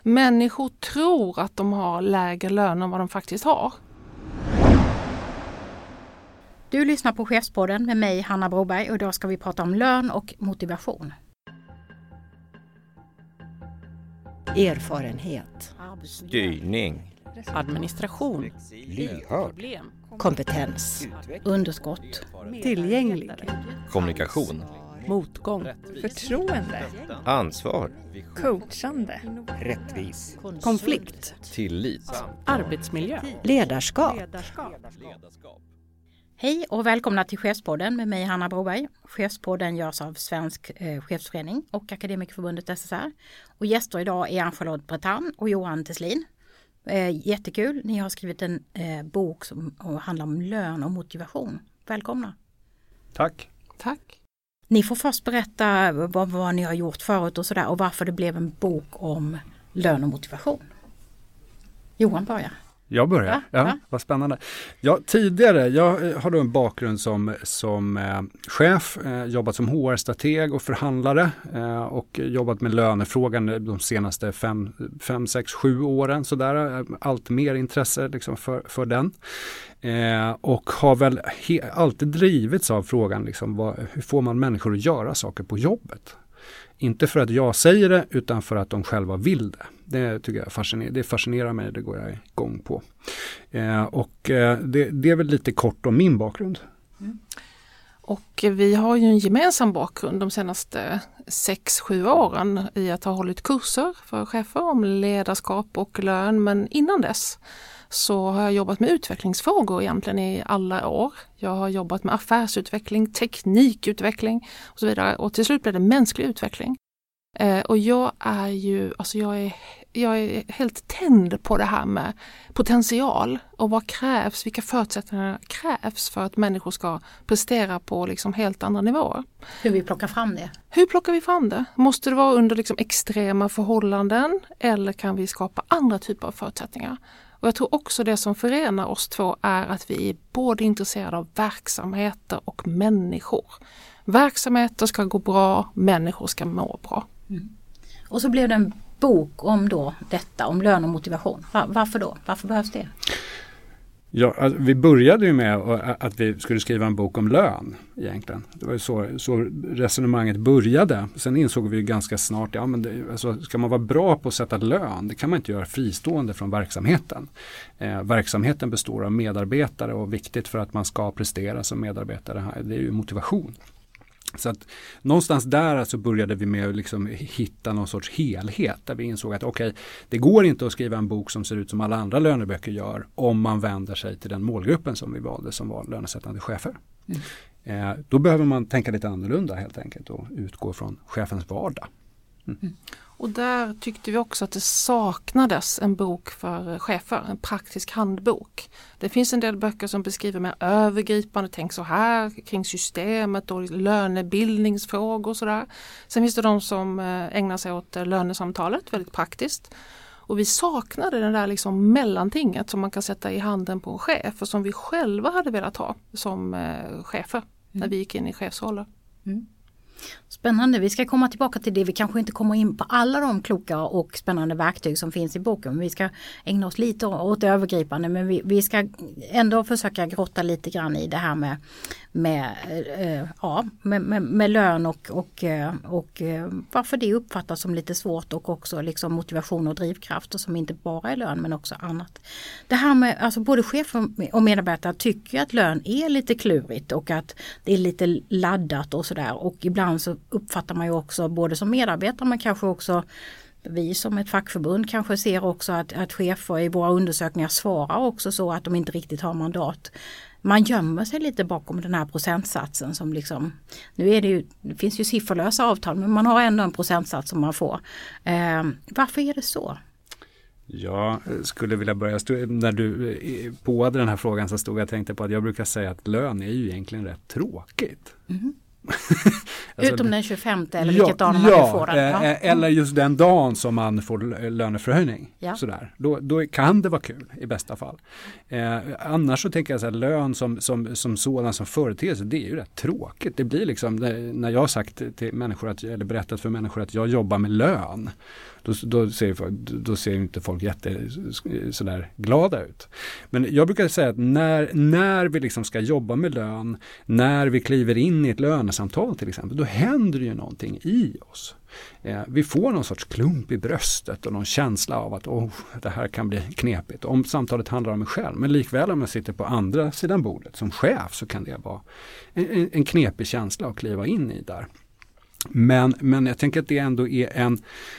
Människor tror att de har lägre lön än vad de faktiskt har. Du lyssnar på Chefspodden med mig, Hanna Broberg, och idag ska vi prata om lön och motivation. Erfarenhet, styrning, Administration, lyhörd, kompetens, Underskott, tillgänglig, kommunikation, motgång, förtroende, ansvar, coachande, rättvis, konflikt, tillit. arbetsmiljö. ledarskap. Hej och välkomna till Chefspodden med mig, Hanna Broberg. Chefspodden görs av Svensk chefsförening och Akademikerförbundet SSR. Och gäster idag är Ann-Charlotte Bretan och Johan Tesslin. Jättekul, ni har skrivit en bok som handlar om lön och motivation. Välkomna. Tack. Tack. Ni får först berätta vad ni har gjort förut och sådär och varför det blev en bok om lön och motivation. Johan börjar. Jag börjar. Ja, vad spännande. Ja, tidigare, jag har då en bakgrund som chef, jobbat som HR-strateg och förhandlare och jobbat med lönefrågan de senaste 5, 6, 7 åren. Så där allt mer intresse liksom för den. Och har väl alltid drivits av frågan liksom, hur får man människor att göra saker på jobbet? Inte för att jag säger det utan för att de själva vill det. Det tycker jag fascinerar mig, det går jag igång på. Det är väl lite kort om min bakgrund. Mm. Och vi har ju en gemensam bakgrund de senaste 6-7 åren i att ha hållit kurser för chefer om ledarskap och lön. Men innan dess så har jag jobbat med utvecklingsfrågor egentligen i alla år. Jag har jobbat med affärsutveckling, teknikutveckling och så vidare. Och till slut blev det mänsklig utveckling. Och jag är helt tänd på det här med potential och vad krävs, vilka förutsättningar krävs för att människor ska prestera på liksom helt andra nivåer. Hur vi plockar fram det? Hur plockar vi fram det? Måste det vara under liksom extrema förhållanden eller kan vi skapa andra typer av förutsättningar? Och jag tror också det som förenar oss två är att vi är både intresserade av verksamheter och människor. Verksamheter ska gå bra, människor ska må bra. Mm. Och så blev det en bok om då detta, om lön och motivation. Varför då? Varför behövs det? Ja, alltså, vi började ju med att vi skulle skriva en bok om lön egentligen. Det var ju så resonemanget började. Sen insåg vi ju ganska snart, ska man vara bra på att sätta lön, det kan man inte göra fristående från verksamheten. Verksamheten består av medarbetare och viktigt för att man ska prestera som medarbetare, det är ju motivation. Så att någonstans där så började vi med att liksom hitta någon sorts helhet där vi insåg att det går inte att skriva en bok som ser ut som alla andra löneböcker gör om man vänder sig till den målgruppen som vi valde som var lönesättande chefer. Mm. Då behöver man tänka lite annorlunda helt enkelt och utgå från chefens vardag. Mm. Och där tyckte vi också att det saknades en bok för chefer, en praktisk handbok. Det finns en del böcker som beskriver mer övergripande, tänk så här kring systemet och lönebildningsfrågor och sådär. Sen finns det de som ägnar sig åt lönesamtalet, väldigt praktiskt. Och vi saknade den där liksom mellantinget som man kan sätta i handen på en chef och som vi själva hade velat ha som chefer när vi gick in i chefsroller. Mm. Spännande, vi ska komma tillbaka till det. Vi kanske inte kommer in på alla de kloka och spännande verktyg som finns i boken. Vi ska ägna oss lite åt det övergripande, men vi ska ändå försöka grotta lite grann i det här med lön och varför det uppfattas som lite svårt och också liksom motivation och drivkraft och som inte bara är lön men också annat. Det här med, alltså både chefer och medarbetare tycker att lön är lite klurigt och att det är lite laddat och sådär, och ibland så uppfattar man ju också både som medarbetare men kanske också vi som ett fackförbund kanske ser också att chefer i våra undersökningar svarar också så att de inte riktigt har mandat. Man gömmer sig lite bakom den här procentsatsen som liksom, nu är det finns ju sifferlösa avtal men man har ändå en procentsats som man får. Varför är det så? Jag skulle vilja börja, när du påade den här frågan så stod jag och tänkte på att jag brukar säga att lön är ju egentligen rätt tråkigt. Mm. Alltså, utom den 25 eller vilket dag man får den. Eller just den dagen som man får löneförhöjning. Ja. Sådär. Då kan det vara kul i bästa fall. Annars så tänker jag så här, lön som sådan som företeelse, det är ju rätt tråkigt. Det blir liksom, när jag har sagt till människor eller berättat för människor att jag jobbar med lön, Då ser inte folk sådär glada ut. Men jag brukar säga att när vi liksom ska jobba med lön, när vi kliver in i ett lönesamtal till exempel, då händer det ju någonting i oss. Vi får någon sorts klump i bröstet och någon känsla av att det här kan bli knepigt. Om samtalet handlar om mig själv, men likväl om jag sitter på andra sidan bordet som chef, så kan det vara en knepig känsla att kliva in i där. Men jag tänker att det ändå är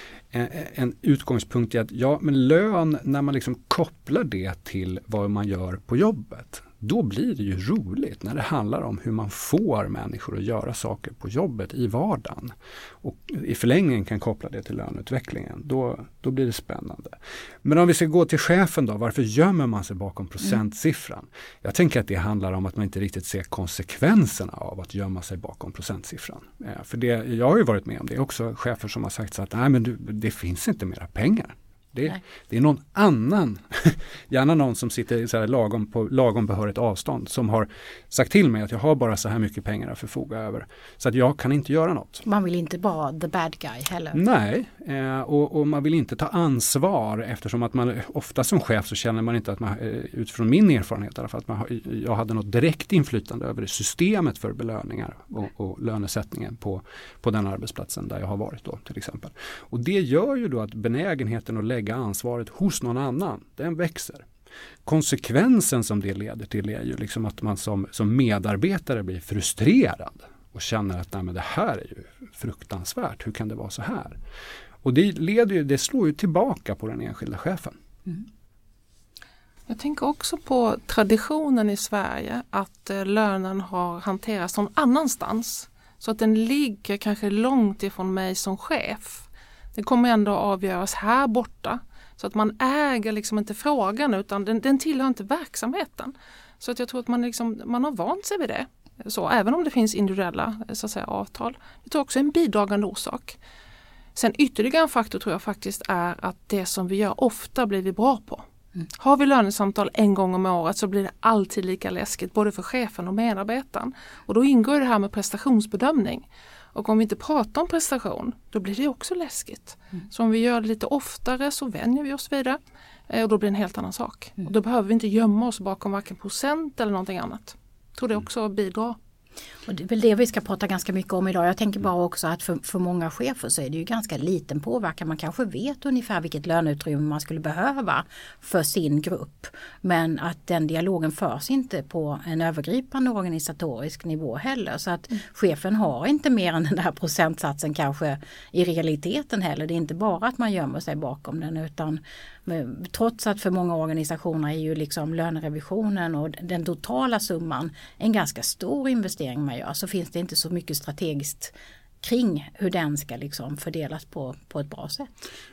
en utgångspunkt i att men lön, när man liksom kopplar det till vad man gör på jobbet, då blir det ju roligt när det handlar om hur man får människor att göra saker på jobbet i vardagen. Och i förlängningen kan koppla det till löneutvecklingen. Då blir det spännande. Men om vi ska gå till chefen då, varför gömmer man sig bakom procentsiffran? Jag tänker att det handlar om att man inte riktigt ser konsekvenserna av att gömma sig bakom procentsiffran. För jag har ju varit med om det också, chefer som har sagt så att det finns inte mera pengar. Det är någon annan, gärna någon som sitter så här på lagom behörigt avstånd, som har sagt till mig att jag har bara så här mycket pengar att förfoga över. Så att jag kan inte göra något. Man vill inte vara the bad guy heller. Nej, och man vill inte ta ansvar, eftersom att man ofta som chef så känner man inte att man, utifrån min erfarenhet i alla fall, att jag hade något direkt inflytande över systemet för belöningar och lönesättningen på den arbetsplatsen där jag har varit då till exempel. Och det gör ju då att benägenheten att lägga ansvaret hos någon annan, den växer. Konsekvensen som det leder till är ju liksom att man som medarbetare blir frustrerad och känner att det här är ju fruktansvärt, hur kan det vara så här? Och det slår ju tillbaka på den enskilda chefen. Mm. Jag tänker också på traditionen i Sverige att lönen har hanterats någon annanstans, så att den ligger kanske långt ifrån mig som chef. Det kommer ändå avgöras här borta. Så att man äger liksom inte frågan, utan den tillhör inte verksamheten. Så att jag tror att man har vant sig vid det. Så, även om det finns individuella så att säga, avtal. Det tror jag också är en bidragande orsak. Sen ytterligare en faktor tror jag faktiskt är att det som vi gör ofta blir vi bra på. Har vi lönesamtal en gång om året så blir det alltid lika läskigt både för chefen och medarbetaren. Och då ingår det här med prestationsbedömning. Och om vi inte pratar om prestation, då blir det också läskigt. Så om vi gör det lite oftare så vänjer vi oss vid det. Och då blir det en helt annan sak. Och då behöver vi inte gömma oss bakom varken procent eller någonting annat. Jag tror det också bidrar. Och det är väl det vi ska prata ganska mycket om idag. Jag tänker bara också att för många chefer så är det ju ganska liten påverkan. Man kanske vet ungefär vilket löneutrymme man skulle behöva för sin grupp. Men att den dialogen förs inte på en övergripande organisatorisk nivå heller. Så att chefen har inte mer än den där procentsatsen kanske i realiteten heller. Det är inte bara att man gömmer sig bakom den, utan trots att för många organisationer är ju liksom lönerevisionen och den totala summan en ganska stor investering man gör, så finns det inte så mycket strategiskt kring hur den ska liksom fördelas på ett bra sätt.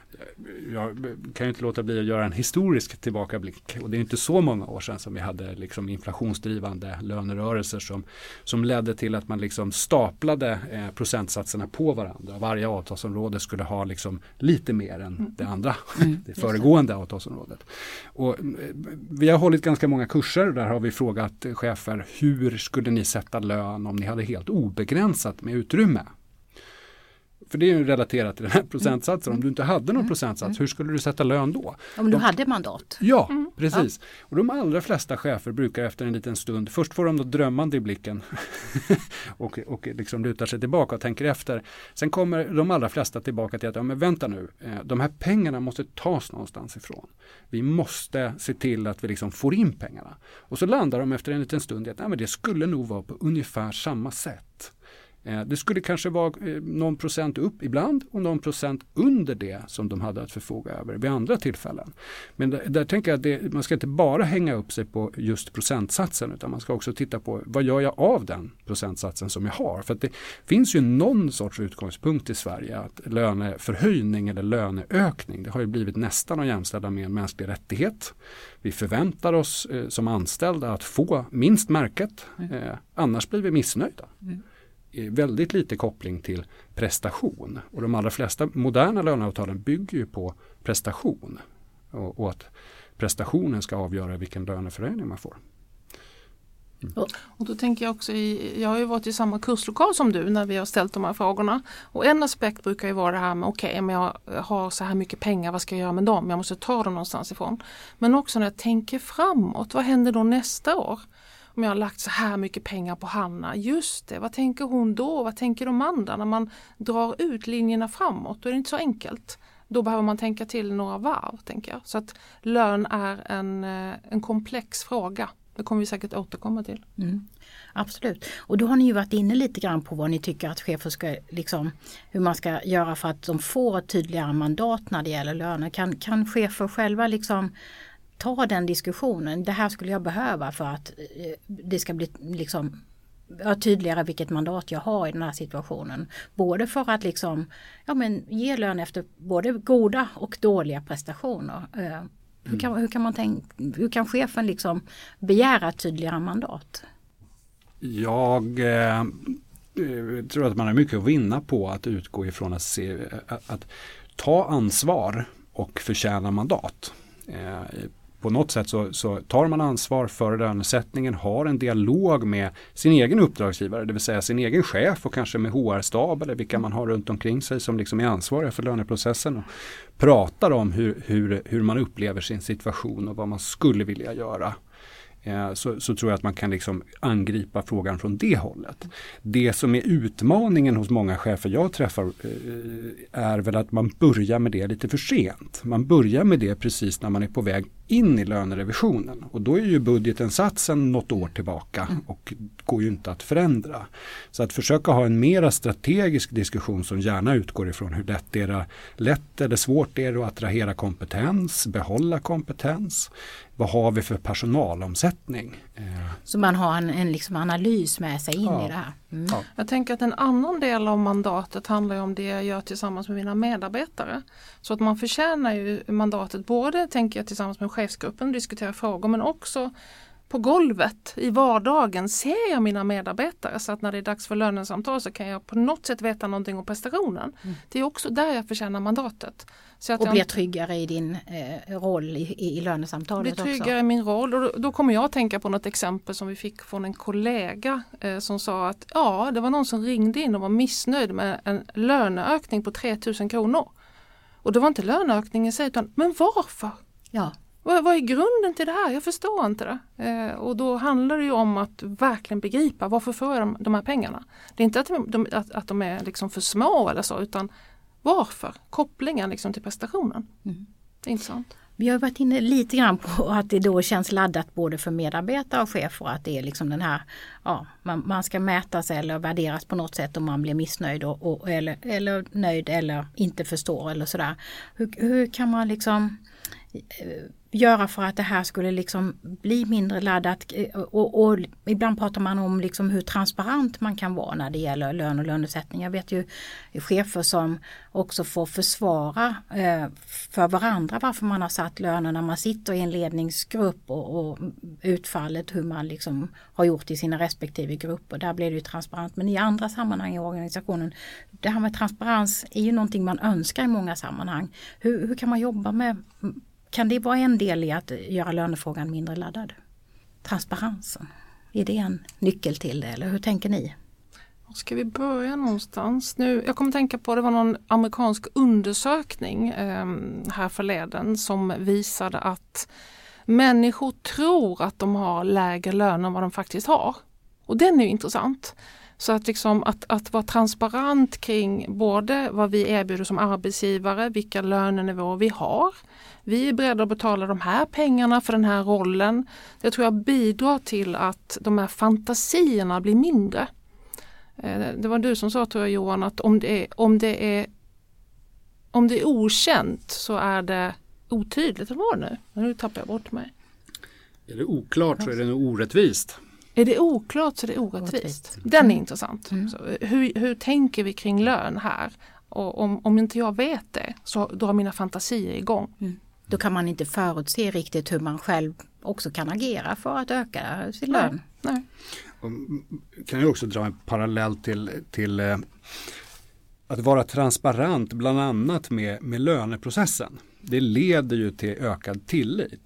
Jag kan ju inte låta bli att göra en historisk tillbakablick, och det är inte så många år sedan som vi hade liksom inflationsdrivande lönerörelser som ledde till att man liksom staplade procentsatserna på varandra. Varje avtalsområde skulle ha liksom lite mer än det andra, det föregående avtalsområdet. Och vi har hållit ganska många kurser, där har vi frågat chefer, hur skulle ni sätta lön om ni hade helt obegränsat med utrymme? För det är ju relaterat till den här procentsatsen. Om du inte hade någon procentsats, hur skulle du sätta lön då? Om du hade mandat. Ja, precis. Och de allra flesta chefer brukar efter en liten stund, först får de då drömmande i blicken och liksom lutar sig tillbaka och tänker efter. Sen kommer de allra flesta tillbaka till att, men vänta nu, de här pengarna måste tas någonstans ifrån. Vi måste se till att vi liksom får in pengarna. Och så landar de efter en liten stund i att men det skulle nog vara på ungefär samma sätt. Det skulle kanske vara någon procent upp ibland och någon procent under det som de hade att förfoga över vid andra tillfällen. Men där tänker jag att man ska inte bara hänga upp sig på just procentsatsen, utan man ska också titta på vad gör jag av den procentsatsen som jag har. För att det finns ju någon sorts utgångspunkt i Sverige att löneförhöjning eller löneökning, det har ju blivit nästan att jämställa med en mänsklig rättighet. Vi förväntar oss som anställda att få minst märket, annars blir vi missnöjda. Väldigt lite koppling till prestation, och de allra flesta moderna löneavtalen bygger ju på prestation och att prestationen ska avgöra vilken löneförhöjning man får. Och då tänker jag också, jag har ju varit i samma kurslokal som du när vi har ställt de här frågorna. Och en aspekt brukar ju vara det här med men jag har så här mycket pengar, vad ska jag göra med dem? Jag måste ta dem någonstans ifrån. Men också när jag tänker framåt, vad händer då nästa år? Om jag har lagt så här mycket pengar på Hanna, just det, vad tänker hon då? Vad tänker de andra? När man drar ut linjerna framåt, då är det inte så enkelt. Då behöver man tänka till några varv, tänker jag. Så att lön är en komplex fråga. Det kommer vi säkert återkomma till. Absolut. Och då har ni ju varit inne lite grann på vad ni tycker att chefer ska, hur man ska göra för att de får ett tydligare mandat när det gäller löner. Kan chefer själva ta den diskussionen? Det här skulle jag behöva för att det ska bli tydligare vilket mandat jag har i den här situationen. Både för att ge lön efter både goda och dåliga prestationer. Hur kan chefen begära ett tydligare mandat? Jag tror att man har mycket att vinna på att utgå ifrån att ta ansvar och förtjäna mandat. På något sätt så tar man ansvar för lönesättningen, har en dialog med sin egen uppdragsgivare, det vill säga sin egen chef och kanske med HR-stab eller vilka man har runt omkring sig som är ansvariga för löneprocessen och pratar om hur man upplever sin situation och vad man skulle vilja göra. Så tror jag att man kan angripa frågan från det hållet. Det som är utmaningen hos många chefer jag träffar är väl att man börjar med det lite för sent. Man börjar med det precis när man är på väg in i lönerevisionen. Och då är ju budgeten satt sedan något år tillbaka och går ju inte att förändra. Så att försöka ha en mera strategisk diskussion som gärna utgår ifrån hur lätt eller svårt det är att attrahera kompetens, behålla kompetens. Vad har vi för personalomsättning? Så man har en analys med sig in i det här. Ja. Jag tänker att en annan del av mandatet handlar om det jag gör tillsammans med mina medarbetare. Så att man förtjänar ju mandatet både, tänker jag, tillsammans med chefsgruppen och diskutera frågor, men också på golvet i vardagen ser jag mina medarbetare, så att när det är dags för lönesamtal så kan jag på något sätt veta någonting om prestationen. Det är också där jag förtjänar mandatet. Så att och blir tryggare i din roll i lönesamtalet också. Blir tryggare i min roll, och då kommer jag att tänka på något exempel som vi fick från en kollega som sa att det var någon som ringde in och var missnöjd med en löneökning på 3 000 kronor. Och det var inte löneökningen i sig, utan men varför? Ja. Vad är grunden till det här? Jag förstår inte det. Och då handlar det ju om att verkligen begripa varför får jag de här pengarna. Det är inte att de är för små eller så, utan varför? Kopplingen till prestationen. Det är intressant. Vi har varit inne lite grann på att det då känns laddat både för medarbetare och chefer, att det är den här, man ska mätas eller värderas på något sätt om man blir missnöjd eller nöjd eller inte förstår eller sådär. Hur kan man göra för att det här skulle bli mindre laddat, och ibland pratar man om hur transparent man kan vara när det gäller lön och lönesättning. Jag vet ju chefer som också får försvara för varandra varför man har satt löner när man sitter i en ledningsgrupp och utfallet hur man har gjort i sina respektive grupper. Där blir det ju transparent, men i andra sammanhang i organisationen, det här med transparens är ju någonting man önskar i många sammanhang. Hur kan man jobba med? Kan det vara en del i att göra lönefrågan mindre laddad? Transparensen, är det en nyckel till det, eller hur tänker ni? Ska vi börja någonstans? Jag kommer tänka på, det var någon amerikansk undersökning här förleden som visade att människor tror att de har lägre lön än vad de faktiskt har. Och den är ju intressant. Så att vara transparent kring både vad vi erbjuder som arbetsgivare, vilka lönenivåer vi har. Vi är beredda att betala de här pengarna för den här rollen. Det tror jag bidrar till att de här fantasierna blir mindre. Det var du som sa, tror jag, Johan, att om det är okänt så är det otydligt. Vad var det nu? Nu tappar jag bort mig. Är det oklart så är det nog orättvist. Är det oklart så är det orättvist. Den är intressant. Så hur tänker vi kring lön här? Och om inte jag vet det, så då har mina fantasier igång. Då kan man inte förutse riktigt hur man själv också kan agera för att öka sin lön. Nej. Kan jag också dra en parallell till att vara transparent bland annat med löneprocessen. Det leder ju till ökad tillit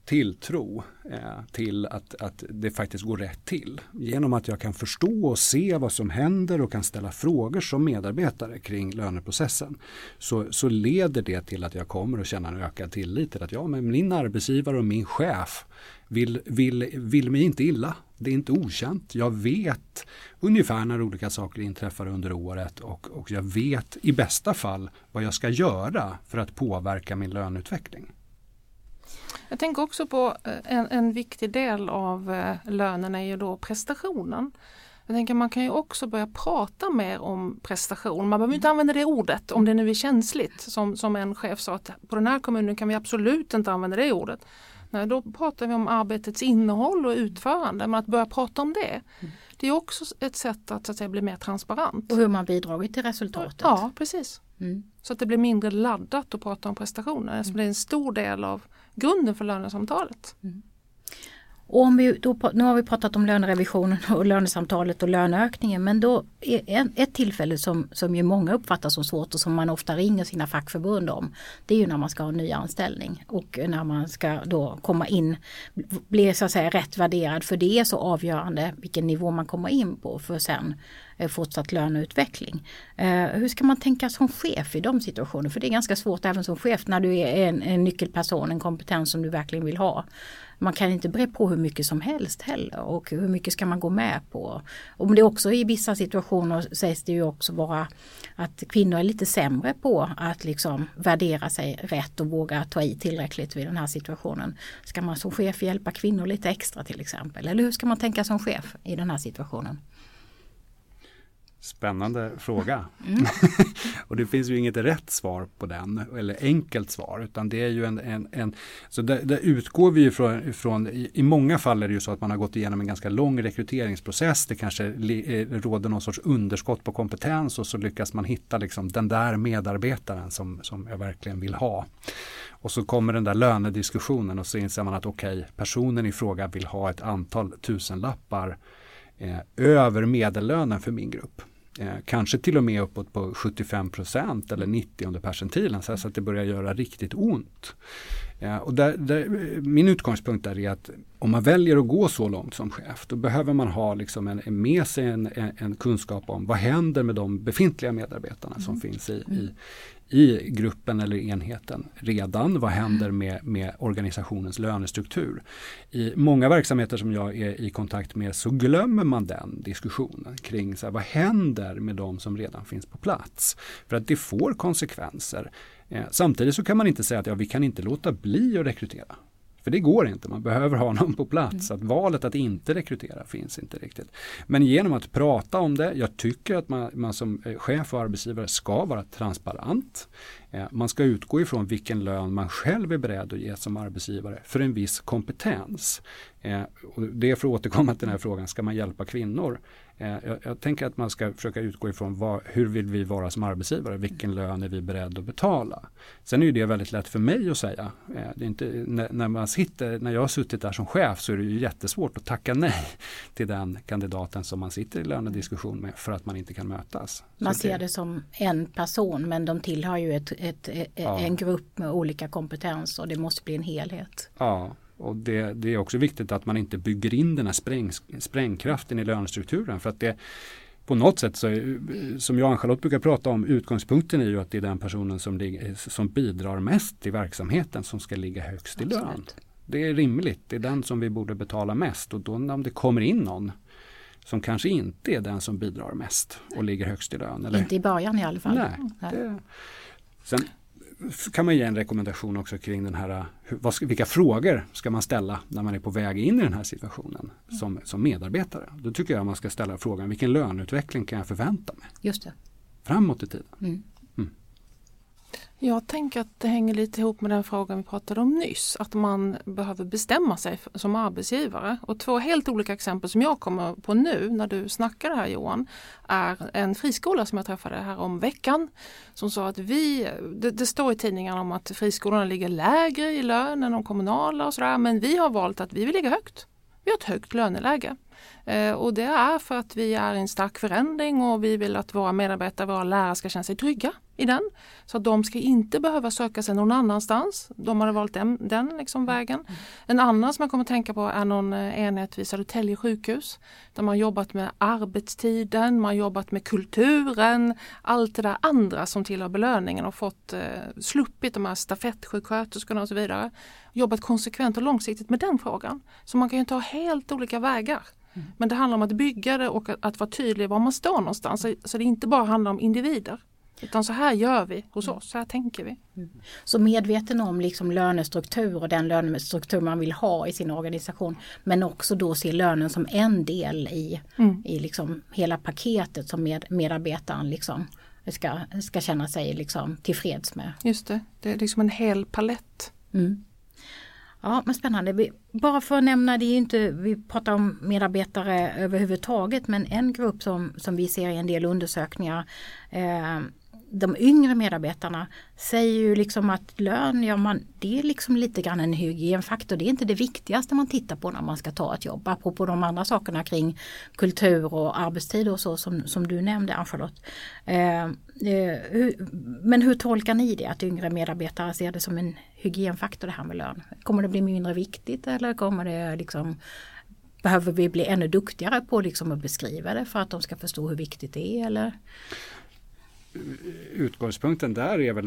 tilltro till att det faktiskt går rätt till. Genom att jag kan förstå och se vad som händer och kan ställa frågor som medarbetare kring löneprocessen, så leder det till att jag kommer att känna en ökad tillit till att men min arbetsgivare och min chef vill mig inte illa. Det är inte okänt. Jag vet ungefär när olika saker inträffar under året och jag vet i bästa fall vad jag ska göra för att påverka min löneutveckling. Jag tänker också på en viktig del av lönen är ju då prestationen. Jag tänker man kan ju också börja prata mer om prestation. Man behöver inte använda det ordet om det nu är känsligt. Som en chef sa att på den här kommunen kan vi absolut inte använda det ordet. Nej, då pratar vi om arbetets innehåll och utförande. Men att börja prata om det är också ett sätt att, så att säga, bli mer transparent. Och hur man bidragit till resultatet. Ja, precis. Så att det blir mindre laddat att prata om prestationer. Så det är en stor del av grunden för lönesamtalet. Och nu har vi pratat om lönerevisionen och lönesamtalet och löneökningen, men då är ett tillfälle som ju många uppfattar som svårt och som man ofta ringer sina fackförbund om, det är ju när man ska ha en ny anställning och när man ska då komma in, bli så att säga rätt värderad, för det är så avgörande vilken nivå man kommer in på för sen fortsatt löneutveckling. Hur ska man tänka som chef i de situationerna? För det är ganska svårt även som chef när du är en nyckelperson, en kompetens som du verkligen vill ha. Man kan inte bre på hur mycket som helst heller, och hur mycket ska man gå med på. Och det är också i vissa situationer sägs det ju också vara att kvinnor är lite sämre på att liksom värdera sig rätt och våga ta i tillräckligt vid den här situationen. Ska man som chef hjälpa kvinnor lite extra till exempel? Eller hur ska man tänka som chef i den här situationen? Spännande fråga. Och det finns ju inget rätt svar på den, eller enkelt svar, utan det är ju så där utgår vi ifrån i många fall är det ju så att man har gått igenom en ganska lång rekryteringsprocess. Det kanske råder någon sorts underskott på kompetens och så lyckas man hitta liksom den där medarbetaren som jag verkligen vill ha. Och så kommer den där lönediskussionen och så inser man att personen i fråga vill ha ett antal tusenlappar över medellönen för min grupp. Kanske till och med uppåt på 75% eller 90 percentilen, så att det börjar göra riktigt ont. Och min utgångspunkt är att om man väljer att gå så långt som chef, då behöver man ha liksom med sig en kunskap om vad händer med de befintliga medarbetarna som finns i gruppen eller enheten redan. Vad händer med organisationens lönestruktur? I många verksamheter som jag är i kontakt med så glömmer man den diskussionen kring vad händer med de som redan finns på plats? För att det får konsekvenser. Samtidigt så kan man inte säga att vi kan inte låta bli att rekrytera. För det går inte, man behöver ha någon på plats. Att valet att inte rekrytera finns inte riktigt. Men genom att prata om det, jag tycker att man som chef och arbetsgivare ska vara transparent. Man ska utgå ifrån vilken lön man själv är beredd att ge som arbetsgivare för en viss kompetens. Och det är för att återkomma till den här frågan, ska man hjälpa kvinnor? Jag tänker att man ska försöka utgå ifrån hur vill vi vara som arbetsgivare, vilken lön är vi beredda att betala. Sen är ju det väldigt lätt för mig att säga. Det är inte, när jag har suttit där som chef så är det ju jättesvårt att tacka nej till den kandidaten som man sitter i lönediskussion med för att man inte kan mötas. Man ser det som en person, men de tillhör ju en grupp med olika kompetens och det måste bli en helhet. Ja. Och det är också viktigt att man inte bygger in den här sprängkraften i lönestrukturen, för att det på något sätt, som jag och Ann-Charlotte brukar prata om, utgångspunkten är ju att det är den personen som bidrar mest till verksamheten som ska ligga högst i lön. Det är rimligt, det är den som vi borde betala mest, och då om det kommer in någon som kanske inte är den som bidrar mest och ligger högst i lön. Eller? Inte i början i alla fall. Nej. Sen kan man ge en rekommendation också kring den här, vilka frågor ska man ställa när man är på väg in i den här situationen som medarbetare. Då tycker jag man ska ställa frågan, vilken löneutveckling kan jag förvänta mig? Just det. Framåt i tiden. Jag tänker att det hänger lite ihop med den frågan vi pratade om nyss. Att man behöver bestämma sig som arbetsgivare. Och 2 helt olika exempel som jag kommer på nu när du snackar här, Johan, är en friskola som jag träffade här om veckan. Som sa att det står i tidningarna om att friskolorna ligger lägre i lön än de kommunala och sådär. Men vi har valt att vi vill ligga högt. Vi har ett högt löneläge. Och det är för att vi är i en stark förändring och vi vill att våra medarbetare, våra lärare ska känna sig trygga i den. Så att de ska inte behöva söka sig någon annanstans. De har valt den liksom vägen. En annan som man kommer att tänka på är någon enhet vid Södertälje sjukhus. Där man har jobbat med arbetstiden, man har jobbat med kulturen, allt det där andra som tillhör belöningen och fått sluppit de här stafettsjuksköterskorna och så vidare. Jobbat konsekvent och långsiktigt med den frågan. Så man kan ju ta helt olika vägar. Men det handlar om att bygga det och att vara tydlig var man står någonstans. Så det inte bara handlar om individer. Utan så här gör vi hos oss, så här tänker vi. Så medveten om liksom lönestruktur och den lönestruktur man vill ha i sin organisation. Men också då se lönen som en del i liksom hela paketet som medarbetaren liksom ska känna sig liksom tillfreds med. Just det, det är liksom en hel palett. Ja, men spännande. Bara för att nämna, det är inte, vi pratar om medarbetare överhuvudtaget, men en grupp som vi ser i en del undersökningar, de yngre medarbetarna säger ju liksom att lön, det är liksom lite grann en hygienfaktor. Det är inte det viktigaste man tittar på när man ska ta ett jobb. Apropå de andra sakerna kring kultur och arbetstid och så som du nämnde, Ann-Charlotte. Men hur tolkar ni det, att yngre medarbetare ser det som en hygienfaktor det här med lön? Kommer det bli mindre viktigt eller kommer det liksom, behöver vi bli ännu duktigare på liksom att beskriva det för att de ska förstå hur viktigt det är, eller? Utgångspunkten där är väl,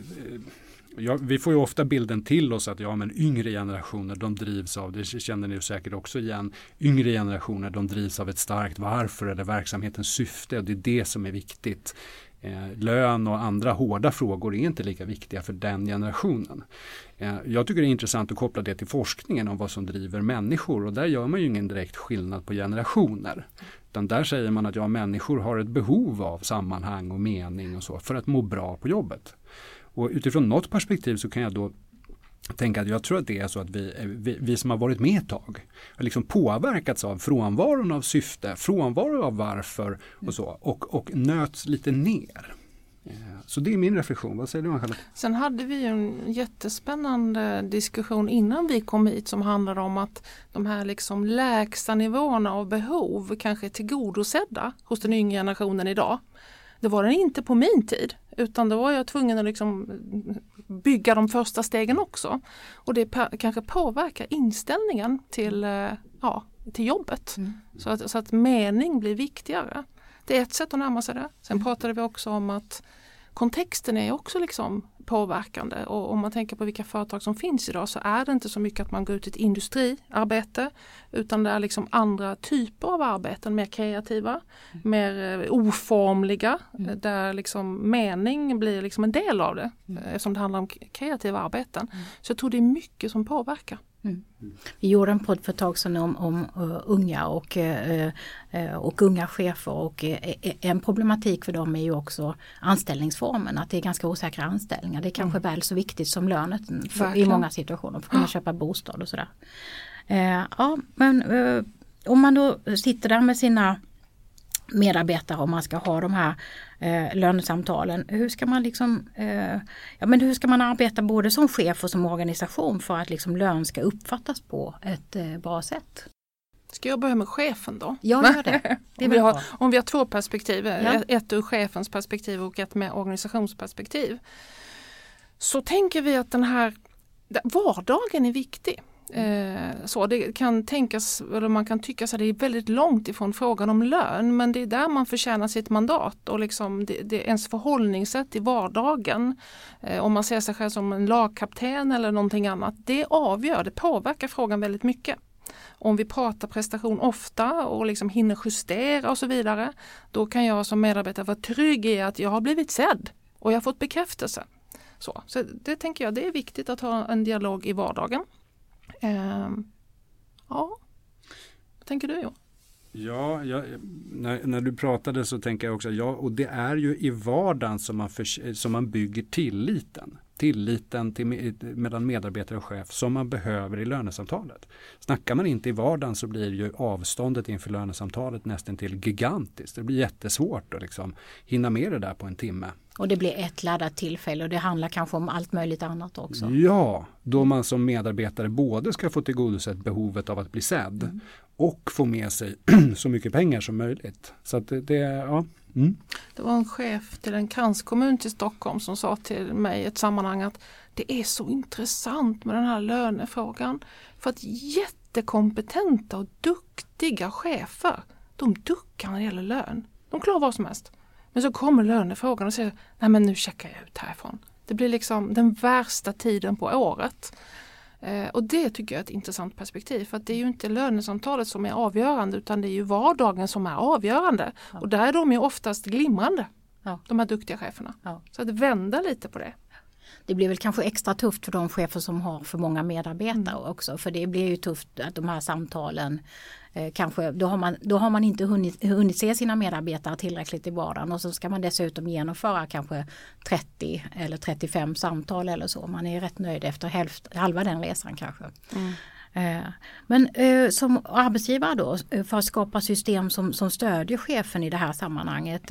vi får ju ofta bilden till oss att men yngre generationer, de drivs av, det känner ni säkert också igen, yngre generationer, de drivs av ett starkt varför eller verksamhetens syfte, och det är det som är viktigt. Lön och andra hårda frågor är inte lika viktiga för den generationen. Jag tycker det är intressant att koppla det till forskningen om vad som driver människor, och där gör man ju ingen direkt skillnad på generationer. Utan där säger man att människor har ett behov av sammanhang och mening och så för att må bra på jobbet. Och utifrån något perspektiv så kan jag då tänka att jag tror att det är så att vi som har varit med ett tag har liksom påverkats av frånvaron av syfte, frånvaro av varför och så, och nöts lite ner. Så det är min reflektion. Vad säger du, Ann-Charlotte? Sen hade vi ju en jättespännande diskussion innan vi kom hit som handlade om att de här liksom lägsta nivåerna av behov kanske är tillgodosedda hos den yngre generationen idag. Det var den inte på min tid, utan då var jag tvungen att liksom bygga de första stegen också. Och det kanske påverkar inställningen till jobbet. Så att mening blir viktigare. Det är ett sätt att närma sig det. Sen pratade vi också om att kontexten är också liksom påverkande, och om man tänker på vilka företag som finns idag så är det inte så mycket att man går ut i ett industriarbete, utan det är liksom andra typer av arbeten, mer kreativa, mer oformliga, där liksom mening blir liksom en del av det, eftersom det handlar om kreativa arbeten. Så jag tror det är mycket som påverkar. Vi gjorde en podd för ett tag sedan om unga och unga chefer, och en problematik för dem är ju också anställningsformen, att det är ganska osäkra anställningar. Det är kanske väl så viktigt som lönet i många situationer för att kunna köpa bostad och sådär. Men om man då sitter där med sina medarbetare och man ska ha de här lönesamtalen, hur ska man liksom hur ska man arbeta både som chef och som organisation för att liksom lön ska uppfattas på ett bra sätt? Ska jag börja med chefen då? Ja, gör det. Om vi har två perspektiv, ett ur chefens perspektiv och ett med organisationsperspektiv, så tänker vi att den här vardagen är viktig. Så det kan tänkas, eller man kan tycka att det är väldigt långt ifrån frågan om lön, men det är där man förtjänar sitt mandat och liksom det är ens förhållningssätt i vardagen. Om man ser sig själv som en lagkapten eller någonting annat, det avgör, det påverkar frågan väldigt mycket. Om vi pratar prestation ofta och liksom hinner justera och så vidare, då kan jag som medarbetare vara trygg i att jag har blivit sedd och jag har fått bekräftelse. Så det tänker jag, det är viktigt att ha en dialog i vardagen. Vad tänker du, Jo? Ja, när du pratade så tänker jag också, och det är ju i vardagen som man bygger tilliten mellan medarbetare och chef som man behöver i lönesamtalet. Snackar man inte i vardagen så blir ju avståndet inför lönesamtalet nästan till gigantiskt. Det blir jättesvårt att liksom hinna med det där på en timme. Och det blir ett laddat tillfälle och det handlar kanske om allt möjligt annat också. Ja, då man som medarbetare både ska få tillgodosett behovet av att bli sedd och få med sig så mycket pengar som möjligt. Så att Det var en chef till en kranskommun till Stockholm som sa till mig i ett sammanhang att det är så intressant med den här lönefrågan. För att jättekompetenta och duktiga chefer, de duckar när det gäller lön. De klarar vad som helst. Men så kommer lönefrågan och säger, nej men nu checkar jag ut härifrån. Det blir liksom den värsta tiden på året. Och det tycker jag är ett intressant perspektiv. För att det är ju inte lönesamtalet som är avgörande utan det är ju vardagen som är avgörande. Ja. Och där är de ju oftast glimrande, de här duktiga cheferna. Ja. Så att vända lite på det. Det blir väl kanske extra tufft för de chefer som har för många medarbetare också. För det blir ju tufft att de här samtalen kanske, då har man inte hunnit se sina medarbetare tillräckligt i vardagen. Och så ska man dessutom genomföra kanske 30 eller 35 samtal eller så. Man är rätt nöjd efter halva den resan kanske. Men som arbetsgivare då, för att skapa system som stödjer chefen i det här sammanhanget,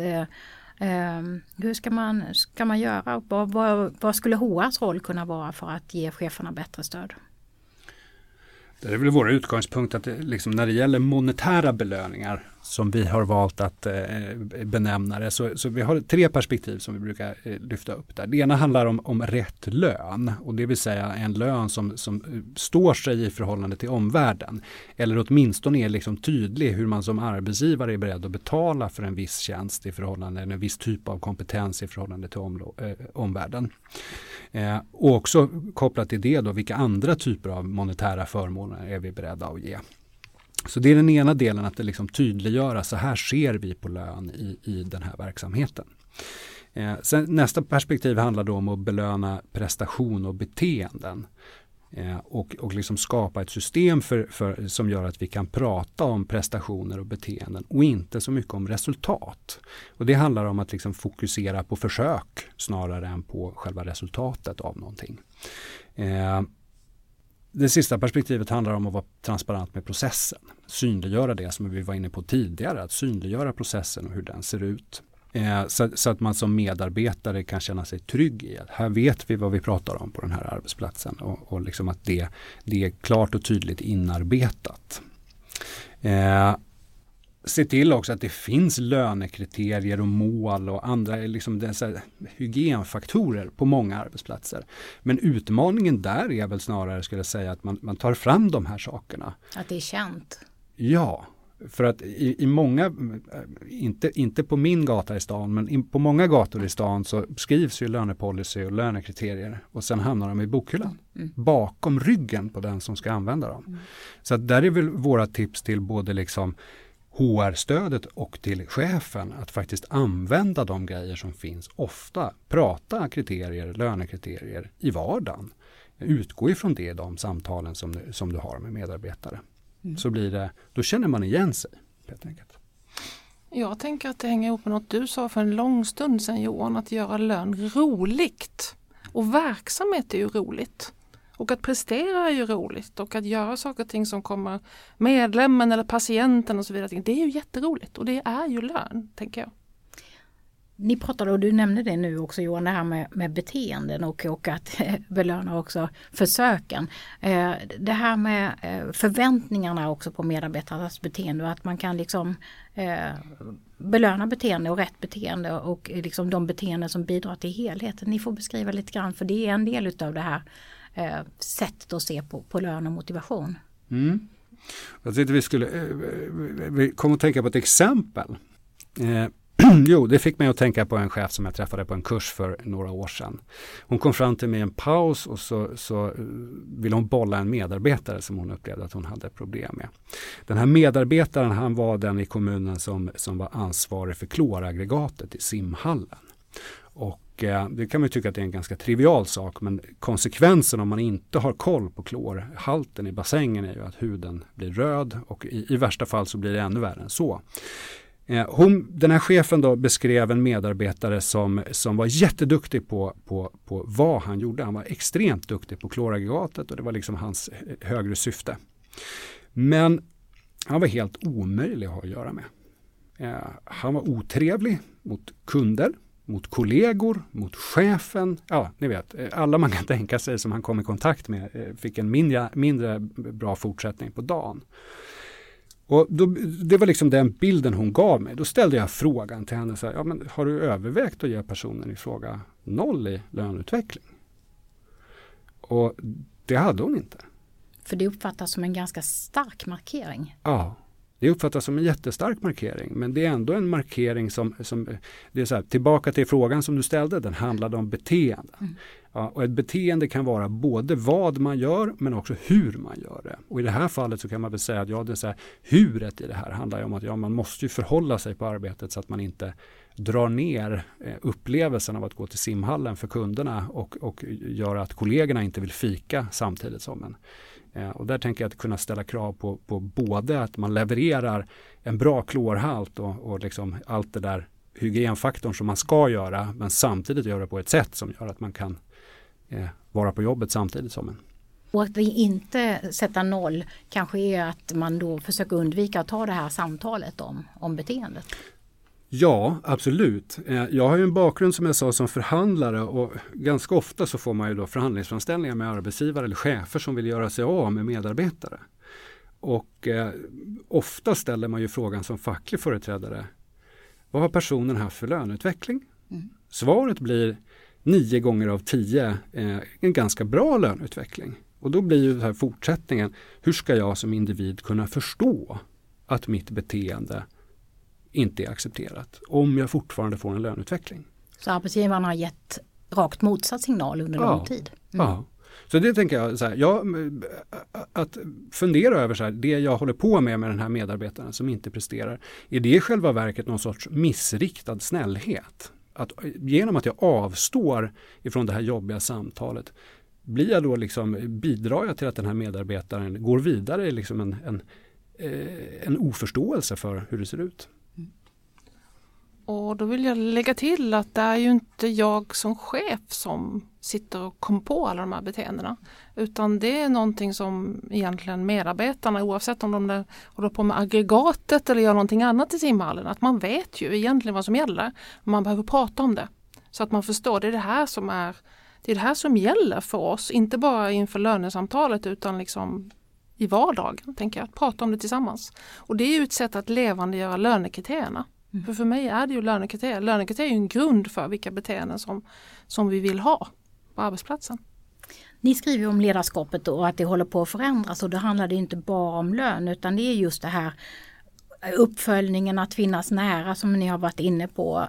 hur ska man göra? Vad skulle HRs roll kunna vara för att ge cheferna bättre stöd? Det är väl vår utgångspunkt att liksom när det gäller monetära belöningar som vi har valt att benämna det så vi har 3 perspektiv som vi brukar lyfta upp där. Det ena handlar om rätt lön och det vill säga en lön som står sig i förhållande till omvärlden eller åtminstone är liksom tydlig hur man som arbetsgivare är beredd att betala för en viss tjänst i förhållande eller en viss typ av kompetens i förhållande till omvärlden. Och också kopplat till det då vilka andra typer av monetära förmåner är vi beredda att ge. Så det är den ena delen att det liksom tydliggöra så här ser vi på lön i den här verksamheten. Sen nästa perspektiv handlar då om att belöna prestation och beteenden. Och liksom skapa ett system som gör att vi kan prata om prestationer och beteenden och inte så mycket om resultat. Och det handlar om att liksom fokusera på försök snarare än på själva resultatet av någonting. Det sista perspektivet handlar om att vara transparent med processen. Synliggöra det som vi var inne på tidigare, att synliggöra processen och hur den ser ut. Så att man som medarbetare kan känna sig trygg i att här vet vi vad vi pratar om på den här arbetsplatsen och liksom att det är klart och tydligt inarbetat. Se till också att det finns lönekriterier och mål och andra liksom dessa hygienfaktorer på många arbetsplatser. Men utmaningen där är väl snarare skulle jag säga att man tar fram de här sakerna. Att det är känt. Ja, för att i många, inte på min gata i stan, men på många gator i stan så skrivs ju lönepolicy och lönekriterier och sen hamnar de i bokhyllan bakom ryggen på den som ska använda dem. Så att där är väl våra tips till både liksom HR-stödet och till chefen att faktiskt använda de grejer som finns ofta. Prata kriterier, lönekriterier i vardagen. Utgå ifrån det i de samtalen som du har med medarbetare. Så blir det, då känner man igen sig helt enkelt. Jag tänker att det hänger ihop med något du sa för en lång stund sedan Johan, att göra lön roligt. Och verksamhet är ju roligt. Och att prestera är ju roligt och att göra saker och ting som kommer medlemmen eller patienten och så vidare. Det är ju jätteroligt och det är ju lön, tänker jag. Ni pratade och du nämnde det nu också Johan, det här med beteenden och att belöna också försöken. Det här med förväntningarna också på medarbetarnas beteende och att man kan liksom belöna beteende och rätt beteende och liksom de beteenden som bidrar till helheten. Ni får beskriva lite grann för det är en del av det här sättet att se på lön och motivation. Jag tänkte vi kommer att tänka på ett exempel. Jo, det fick mig att tänka på en chef som jag träffade på en kurs för några år sedan. Hon kom fram till mig i en paus och så ville hon bolla en medarbetare som hon upplevde att hon hade problem med. Den här medarbetaren, han var den i kommunen som var ansvarig för kloraggregatet i simhallen. Och det kan man tycka att det är en ganska trivial sak, men konsekvensen om man inte har koll på klorhalten i bassängen är ju att huden blir röd och i värsta fall så blir det ännu värre än så. Den här chefen då beskrev en medarbetare som var jätteduktig på vad han gjorde. Han var extremt duktig på kloraggregatet och det var liksom hans högre syfte. Men han var helt omöjlig att ha att göra med. Han var otrevlig mot kunder, mot kollegor, mot chefen. Ja, ni vet, alla man kan tänka sig som han kom i kontakt med fick en mindre bra fortsättning på dagen. Och det var liksom den bilden hon gav mig. Då ställde jag frågan till henne så här, men har du övervägt att ge personen i fråga 0 i löneutveckling? Och det hade hon inte. För det uppfattas som en ganska stark markering. Ja, det uppfattas som en jättestark markering. Men det är ändå en markering som det är så här, tillbaka till frågan som du ställde, den handlade om beteende. Ja, och ett beteende kan vara både vad man gör men också hur man gör det. Och i det här fallet så kan man väl säga att det är så här, huret i det här handlar ju om att man måste ju förhålla sig på arbetet så att man inte drar ner upplevelsen av att gå till simhallen för kunderna och gör att kollegorna inte vill fika samtidigt som en. Och där tänker jag att kunna ställa krav på både att man levererar en bra klorhalt och liksom allt det där hygienfaktorn som man ska göra, men samtidigt göra på ett sätt som gör att man kan vara på jobbet samtidigt som en. Och att inte sätta 0 kanske är att man då försöker undvika att ta det här samtalet om beteendet. Ja, absolut. Jag har ju en bakgrund som jag sa som förhandlare och ganska ofta så får man ju då förhandlingsframställningar med arbetsgivare eller chefer som vill göra sig av med medarbetare. Och ofta ställer man ju frågan som facklig företrädare, vad har personen haft för löneutveckling? Svaret blir 9 gånger av 10 en ganska bra löneutveckling. Och då blir ju här fortsättningen, hur ska jag som individ kunna förstå att mitt beteende inte är accepterat om jag fortfarande får en löneutveckling? Så arbetsgivaren har gett rakt motsatt signal under lång tid. Ja. Så det tänker jag, så här, att fundera över så här, det jag håller på med den här medarbetaren som inte presterar, är det i själva verket någon sorts missriktad snällhet? Att genom att jag avstår ifrån det här jobbiga samtalet, blir jag då liksom, bidrar jag till att den här medarbetaren går vidare i liksom en oförståelse för hur det ser ut? Och då vill jag lägga till att det är ju inte jag som chef som sitter och kommer på alla de här beteendena. Utan det är någonting som egentligen medarbetarna, oavsett om de håller på med aggregatet eller gör någonting annat i simhallen, att man vet ju egentligen vad som gäller. Man behöver prata om det. Så att man förstår, det är det här som gäller för oss. Inte bara inför lönesamtalet utan liksom i vardagen, tänker jag. Att prata om det tillsammans. Och det är ju ett sätt att levandegöra lönekriterierna. För mig är det ju lönekriterier. Lönekriterier är ju en grund för vilka beteenden som vi vill ha på arbetsplatsen. Ni skriver om ledarskapet och att det håller på att förändras, och då handlar det inte bara om lön, utan det är just det här uppföljningen, att finnas nära som ni har varit inne på,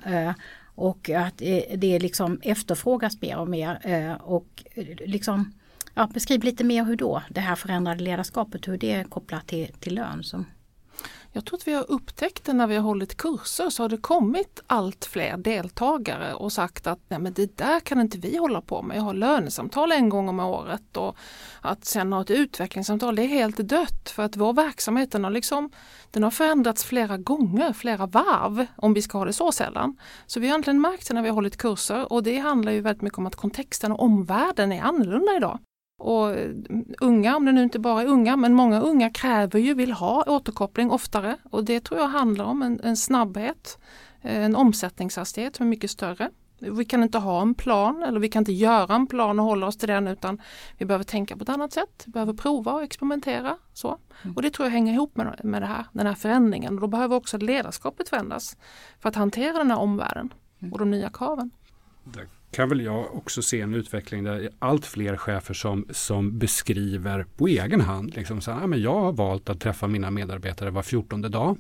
och att det liksom efterfrågas mer och mer, och liksom, beskriv lite mer hur då det här förändrade ledarskapet, hur det är kopplat till lön som... Jag tror att vi har upptäckt det när vi har hållit kurser, så har det kommit allt fler deltagare och sagt att nej, men det där kan inte vi hålla på med. Jag har lönesamtal 1 gång om året, och att sen ha ett utvecklingssamtal, det är helt dött, för att vår verksamhet den har förändrats flera gånger, flera varv, om vi ska ha det så sällan. Så vi har egentligen märkt det när vi har hållit kurser, och det handlar ju väldigt mycket om att kontexten och omvärlden är annorlunda idag. Och unga, om det nu inte bara är unga, men många unga vill ha återkoppling oftare, och det tror jag handlar om en snabbhet, en omsättningshastighet som är mycket större. Vi kan inte ha en plan, eller vi kan inte göra en plan och hålla oss till den, utan vi behöver tänka på ett annat sätt. Vi behöver prova och experimentera. Så. Och det tror jag hänger ihop med den här förändringen. Och då behöver också ledarskapet förändras för att hantera den här omvärlden och de nya kraven. Där kan väl jag också se en utveckling där allt fler chefer som beskriver på egen hand, liksom så här, men jag har valt att träffa mina medarbetare var 14:e dag.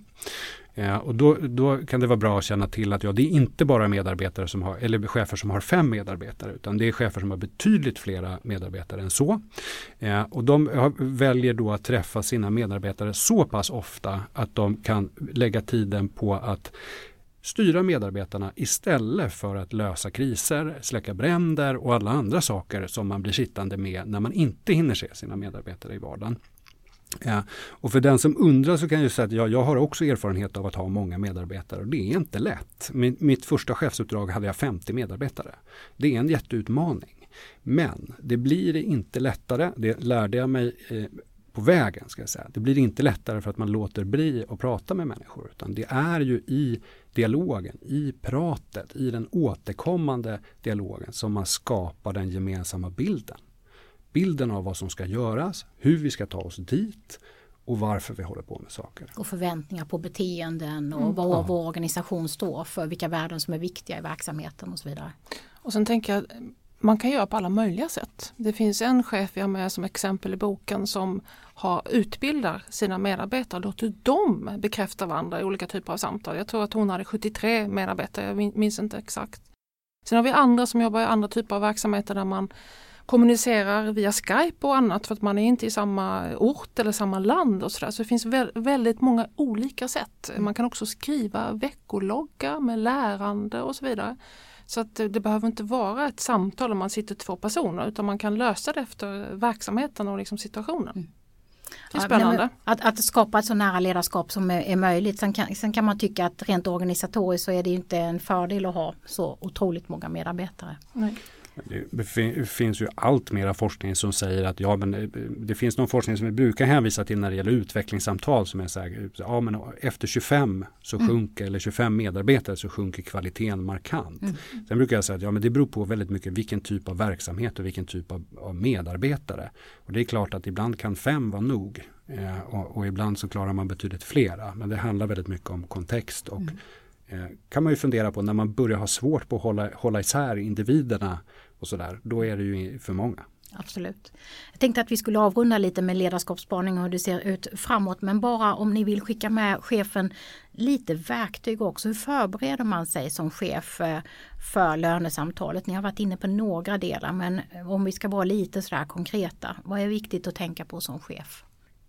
Och då kan det vara bra att känna till att det är inte bara medarbetare eller chefer som har 5 medarbetare, utan det är chefer som har betydligt flera medarbetare än så. Och de väljer då att träffa sina medarbetare så pass ofta att de kan lägga tiden på att styra medarbetarna istället för att lösa kriser, släcka bränder och alla andra saker som man blir sittande med när man inte hinner se sina medarbetare i vardagen. Och för den som undrar så kan jag säga att jag har också erfarenhet av att ha många medarbetare, och det är inte lätt. Mitt första chefsuppdrag hade jag 50 medarbetare. Det är en jätteutmaning. Men det blir inte lättare, det lärde jag mig på vägen, ska jag säga. Det blir inte lättare för att man låter bli att prata med människor, utan det är ju i dialogen, i pratet, i den återkommande dialogen som man skapar den gemensamma bilden. Bilden av vad som ska göras, hur vi ska ta oss dit och varför vi håller på med saker. Och förväntningar på beteenden och vad vår organisation står för, vilka värden som är viktiga i verksamheten och så vidare. Och sen tänker jag, man kan göra på alla möjliga sätt. Det finns en chef jag har med som exempel i boken som utbildar sina medarbetare och låter dem bekräfta varandra i olika typer av samtal. Jag tror att hon hade 73 medarbetare, jag minns inte exakt. Sen har vi andra som jobbar i andra typer av verksamheter där man kommunicerar via Skype och annat för att man är inte i samma ort eller samma land och sådär. Så det finns väldigt många olika sätt. Man kan också skriva veckologgar med lärande och så vidare. Så att det behöver inte vara ett samtal om man sitter 2 personer utan man kan lösa det efter verksamheten och liksom situationen. Det är spännande. Att skapa ett så nära ledarskap som är möjligt. Sen kan man tycka att rent organisatoriskt så är det inte en fördel att ha så otroligt många medarbetare. Nej. Det finns ju allt mera forskning som säger att det finns någon forskning som vi brukar hänvisa till när det gäller utvecklingssamtal som är så här, men efter 25 så sjunker, eller 25 medarbetare så sjunker kvaliteten markant. Sen brukar jag säga att det beror på väldigt mycket vilken typ av verksamhet och vilken typ av medarbetare. Och det är klart att ibland kan 5 vara nog och ibland så klarar man betydligt flera. Men det handlar väldigt mycket om kontext och kan man ju fundera på när man börjar ha svårt på att hålla isär individerna och sådär, då är det ju för många. Absolut. Jag tänkte att vi skulle avrunda lite med ledarskapsspaning och hur det ser ut framåt, men bara om ni vill skicka med chefen lite verktyg också. Hur förbereder man sig som chef för lönesamtalet? Ni har varit inne på några delar, men om vi ska vara lite sådär konkreta, vad är viktigt att tänka på som chef?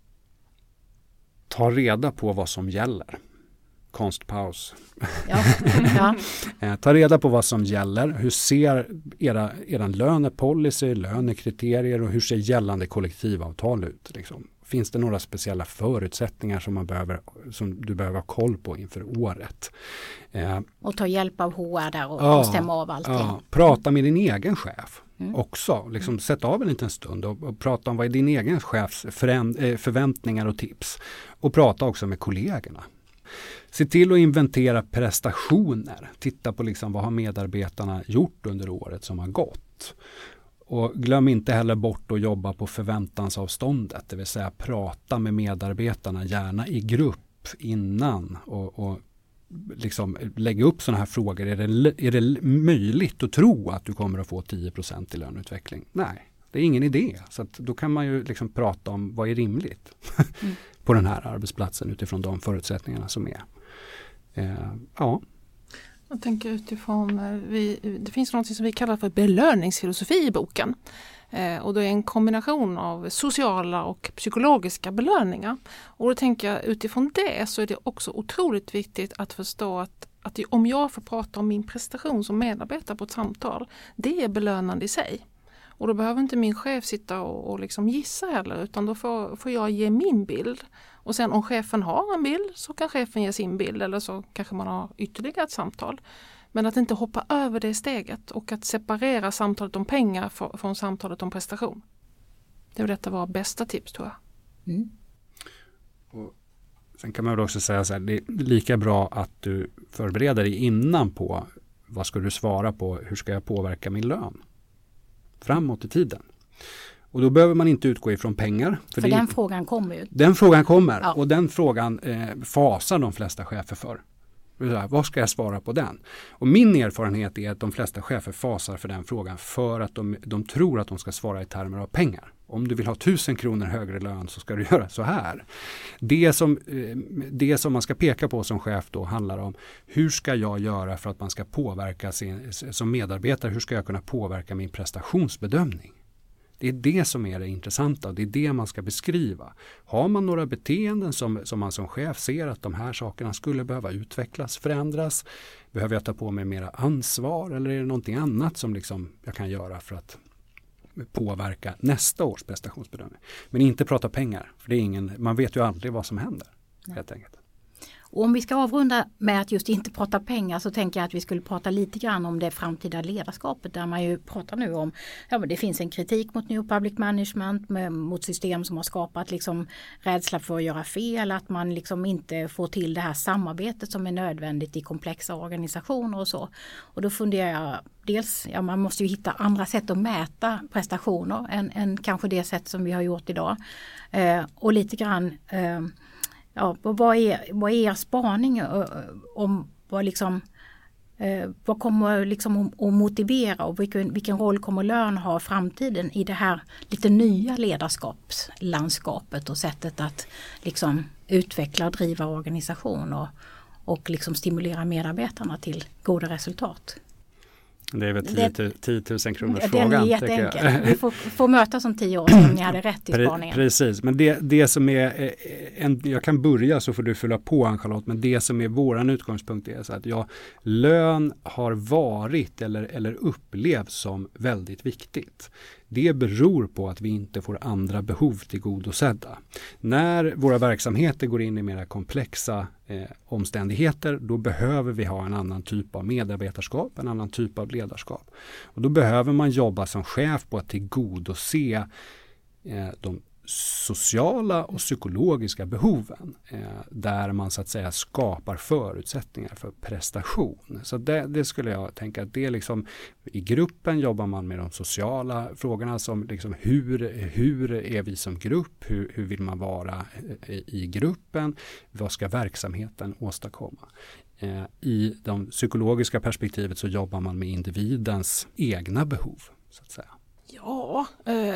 Ta reda på vad som gäller. Konstpaus. Ja. Ta reda på vad som gäller. Hur ser era lönepolicy, lönekriterier och hur ser gällande kollektivavtal ut? Liksom? Finns det några speciella förutsättningar som du behöver ha koll på inför året? Och ta hjälp av HR där och stämma av allting. Ja. Prata med din egen chef. Också. Liksom, sätt av en liten stund och prata om vad är din egen chefs förväntningar och tips. Och prata också med kollegorna. Se till att inventera prestationer. Titta på liksom vad har medarbetarna gjort under året som har gått. Och glöm inte heller bort att jobba på förväntansavståndet. Det vill säga prata med medarbetarna gärna i grupp innan. Och liksom lägga upp sådana här frågor. Är det möjligt att tro att du kommer att få 10% i löneutveckling? Nej, det är ingen idé. Så att då kan man ju liksom prata om vad är rimligt på den här arbetsplatsen utifrån de förutsättningarna som är. Jag tänker utifrån, det finns något som vi kallar för belöningsfilosofi i boken. Och det är en kombination av sociala och psykologiska belöningar. Och då tänker jag utifrån det så är det också otroligt viktigt att förstå att om jag får prata om min prestation som medarbetare på ett samtal, det är belönande i sig. Och då behöver inte min chef sitta och liksom gissa heller, utan då får jag ge min bild. Och sen om chefen har en bild så kan chefen ge sin bild, eller så kanske man har ytterligare ett samtal. Men att inte hoppa över det steget och att separera samtalet om pengar från samtalet om prestation. Det är detta vara bästa tips, tror jag. Och sen kan man väl också säga så här, det är lika bra att du förbereder dig innan på vad ska du svara på, hur ska jag påverka min lön framåt i tiden. Och då behöver man inte utgå ifrån pengar. För den frågan kommer ju. Den frågan kommer och den frågan fasar de flesta chefer för. Vad ska jag svara på den? Och min erfarenhet är att de flesta chefer fasar för den frågan för att de tror att de ska svara i termer av pengar. Om du vill ha 1000 kronor högre lön så ska du göra så här. Det som man ska peka på som chef då handlar om hur ska jag göra för att man ska påverka som medarbetare, hur ska jag kunna påverka min prestationsbedömning? Det är det som är det intressanta och det är det man ska beskriva. Har man några beteenden som man som chef ser att de här sakerna skulle behöva utvecklas, förändras? Behöver jag ta på mig mera ansvar eller är det någonting annat som liksom jag kan göra för att påverka nästa års prestationsbedömning? Men inte prata pengar, för det är man vet ju aldrig vad som händer helt enkelt. Och om vi ska avrunda med att just inte prata pengar så tänker jag att vi skulle prata lite grann om det framtida ledarskapet där man ju pratar nu om, ja men det finns en kritik mot New Public Management, mot system som har skapat liksom rädsla för att göra fel, att man liksom inte får till det här samarbetet som är nödvändigt i komplexa organisationer och så. Och då funderar jag dels, ja man måste ju hitta andra sätt att mäta prestationer än kanske det sätt som vi har gjort idag. Och lite grann ja, vad är er spaning om vad kommer liksom att motivera och vilken roll kommer lön ha i framtiden i det här lite nya ledarskapslandskapet och sättet att liksom utveckla och driva organisation och liksom stimulera medarbetarna till goda resultat? Det är väl 10 000 kronors den frågan. Den är jätteenkel. Vi får mötas om 10 år om ni hade rätt i spaningen. Precis, men det som är, jag kan börja så får du fylla på Ann-Charlotte, men det som är våran utgångspunkt är så att lön har varit eller upplevs som väldigt viktigt. Det beror på att vi inte får andra behov tillgodosedda. När våra verksamheter går in i mer komplexa omständigheter, då behöver vi ha en annan typ av medarbetarskap, en annan typ av ledarskap. Och då behöver man jobba som chef på att tillgodose de sociala och psykologiska behoven där man så att säga skapar förutsättningar för prestation. Så det skulle jag tänka att det är liksom, i gruppen jobbar man med de sociala frågorna som liksom hur är vi som grupp, hur vill man vara i gruppen, vad ska verksamheten åstadkomma. I de psykologiska perspektivet så jobbar man med individens egna behov så att säga. Ja,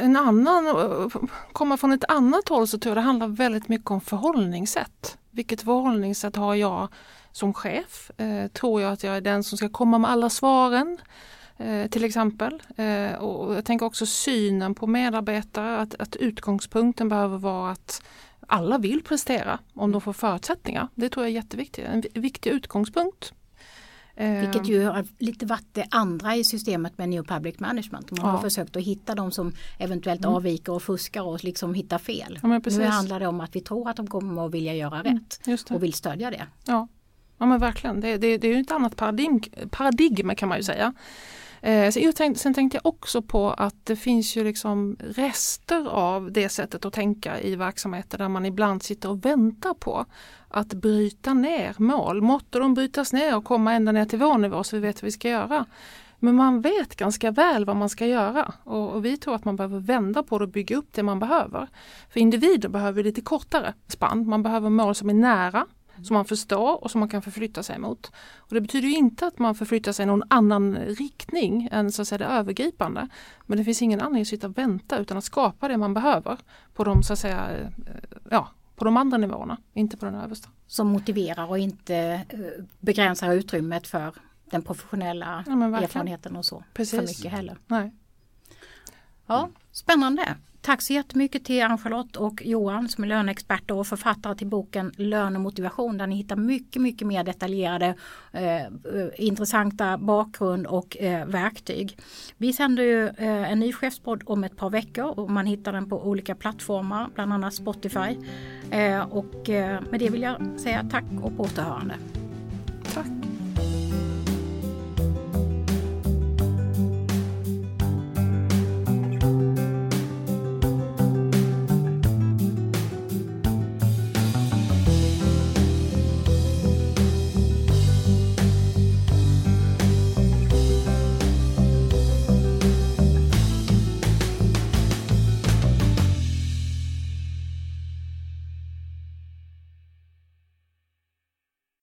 komma från ett annat håll så tror jag det handlar väldigt mycket om förhållningssätt. Vilket förhållningssätt har jag som chef? Tror jag att jag är den som ska komma med alla svaren till exempel? Och jag tänker också synen på medarbetare, att utgångspunkten behöver vara att alla vill prestera om de får förutsättningar. Det tror jag är jätteviktigt, en viktig utgångspunkt. Vilket ju har lite varit det andra i systemet med New Public Management. Man har försökt att hitta de som eventuellt avviker och fuskar och liksom hittar fel. Ja, nu handlar det om att vi tror att de kommer att vilja göra rätt och vill stödja det. Ja, men verkligen. Det är ju ett annat paradigm kan man ju säga. Sen tänkte jag också på att det finns ju liksom rester av det sättet att tänka i verksamheter där man ibland sitter och väntar på att bryta ner mål. Måtte de brytas ner och komma ända ner till vår nivå så vi vet vad vi ska göra. Men man vet ganska väl vad man ska göra och vi tror att man behöver vända på det och bygga upp det man behöver. För individer behöver lite kortare spann. Man behöver mål som är nära, som man förstår och som man kan förflytta sig mot. Och det betyder ju inte att man förflyttar sig i någon annan riktning än så att säga det övergripande. Men det finns ingen anledning att sitta och vänta utan att skapa det man behöver på de så att säga, på de andra nivåerna, inte på den översta. Som motiverar och inte begränsar utrymmet för den professionella erfarenheten och så. Precis. För mycket heller. Nej. Ja, spännande. Tack så jättemycket till Ann-Charlotte och Johan som är löneexperter och författare till boken Lön och motivation där ni hittar mycket, mycket mer detaljerade intressanta bakgrund och verktyg. Vi sänder ju en ny chefspodd om ett par veckor och man hittar den på olika plattformar, bland annat Spotify. Och med det vill jag säga tack och på återhörande. Tack.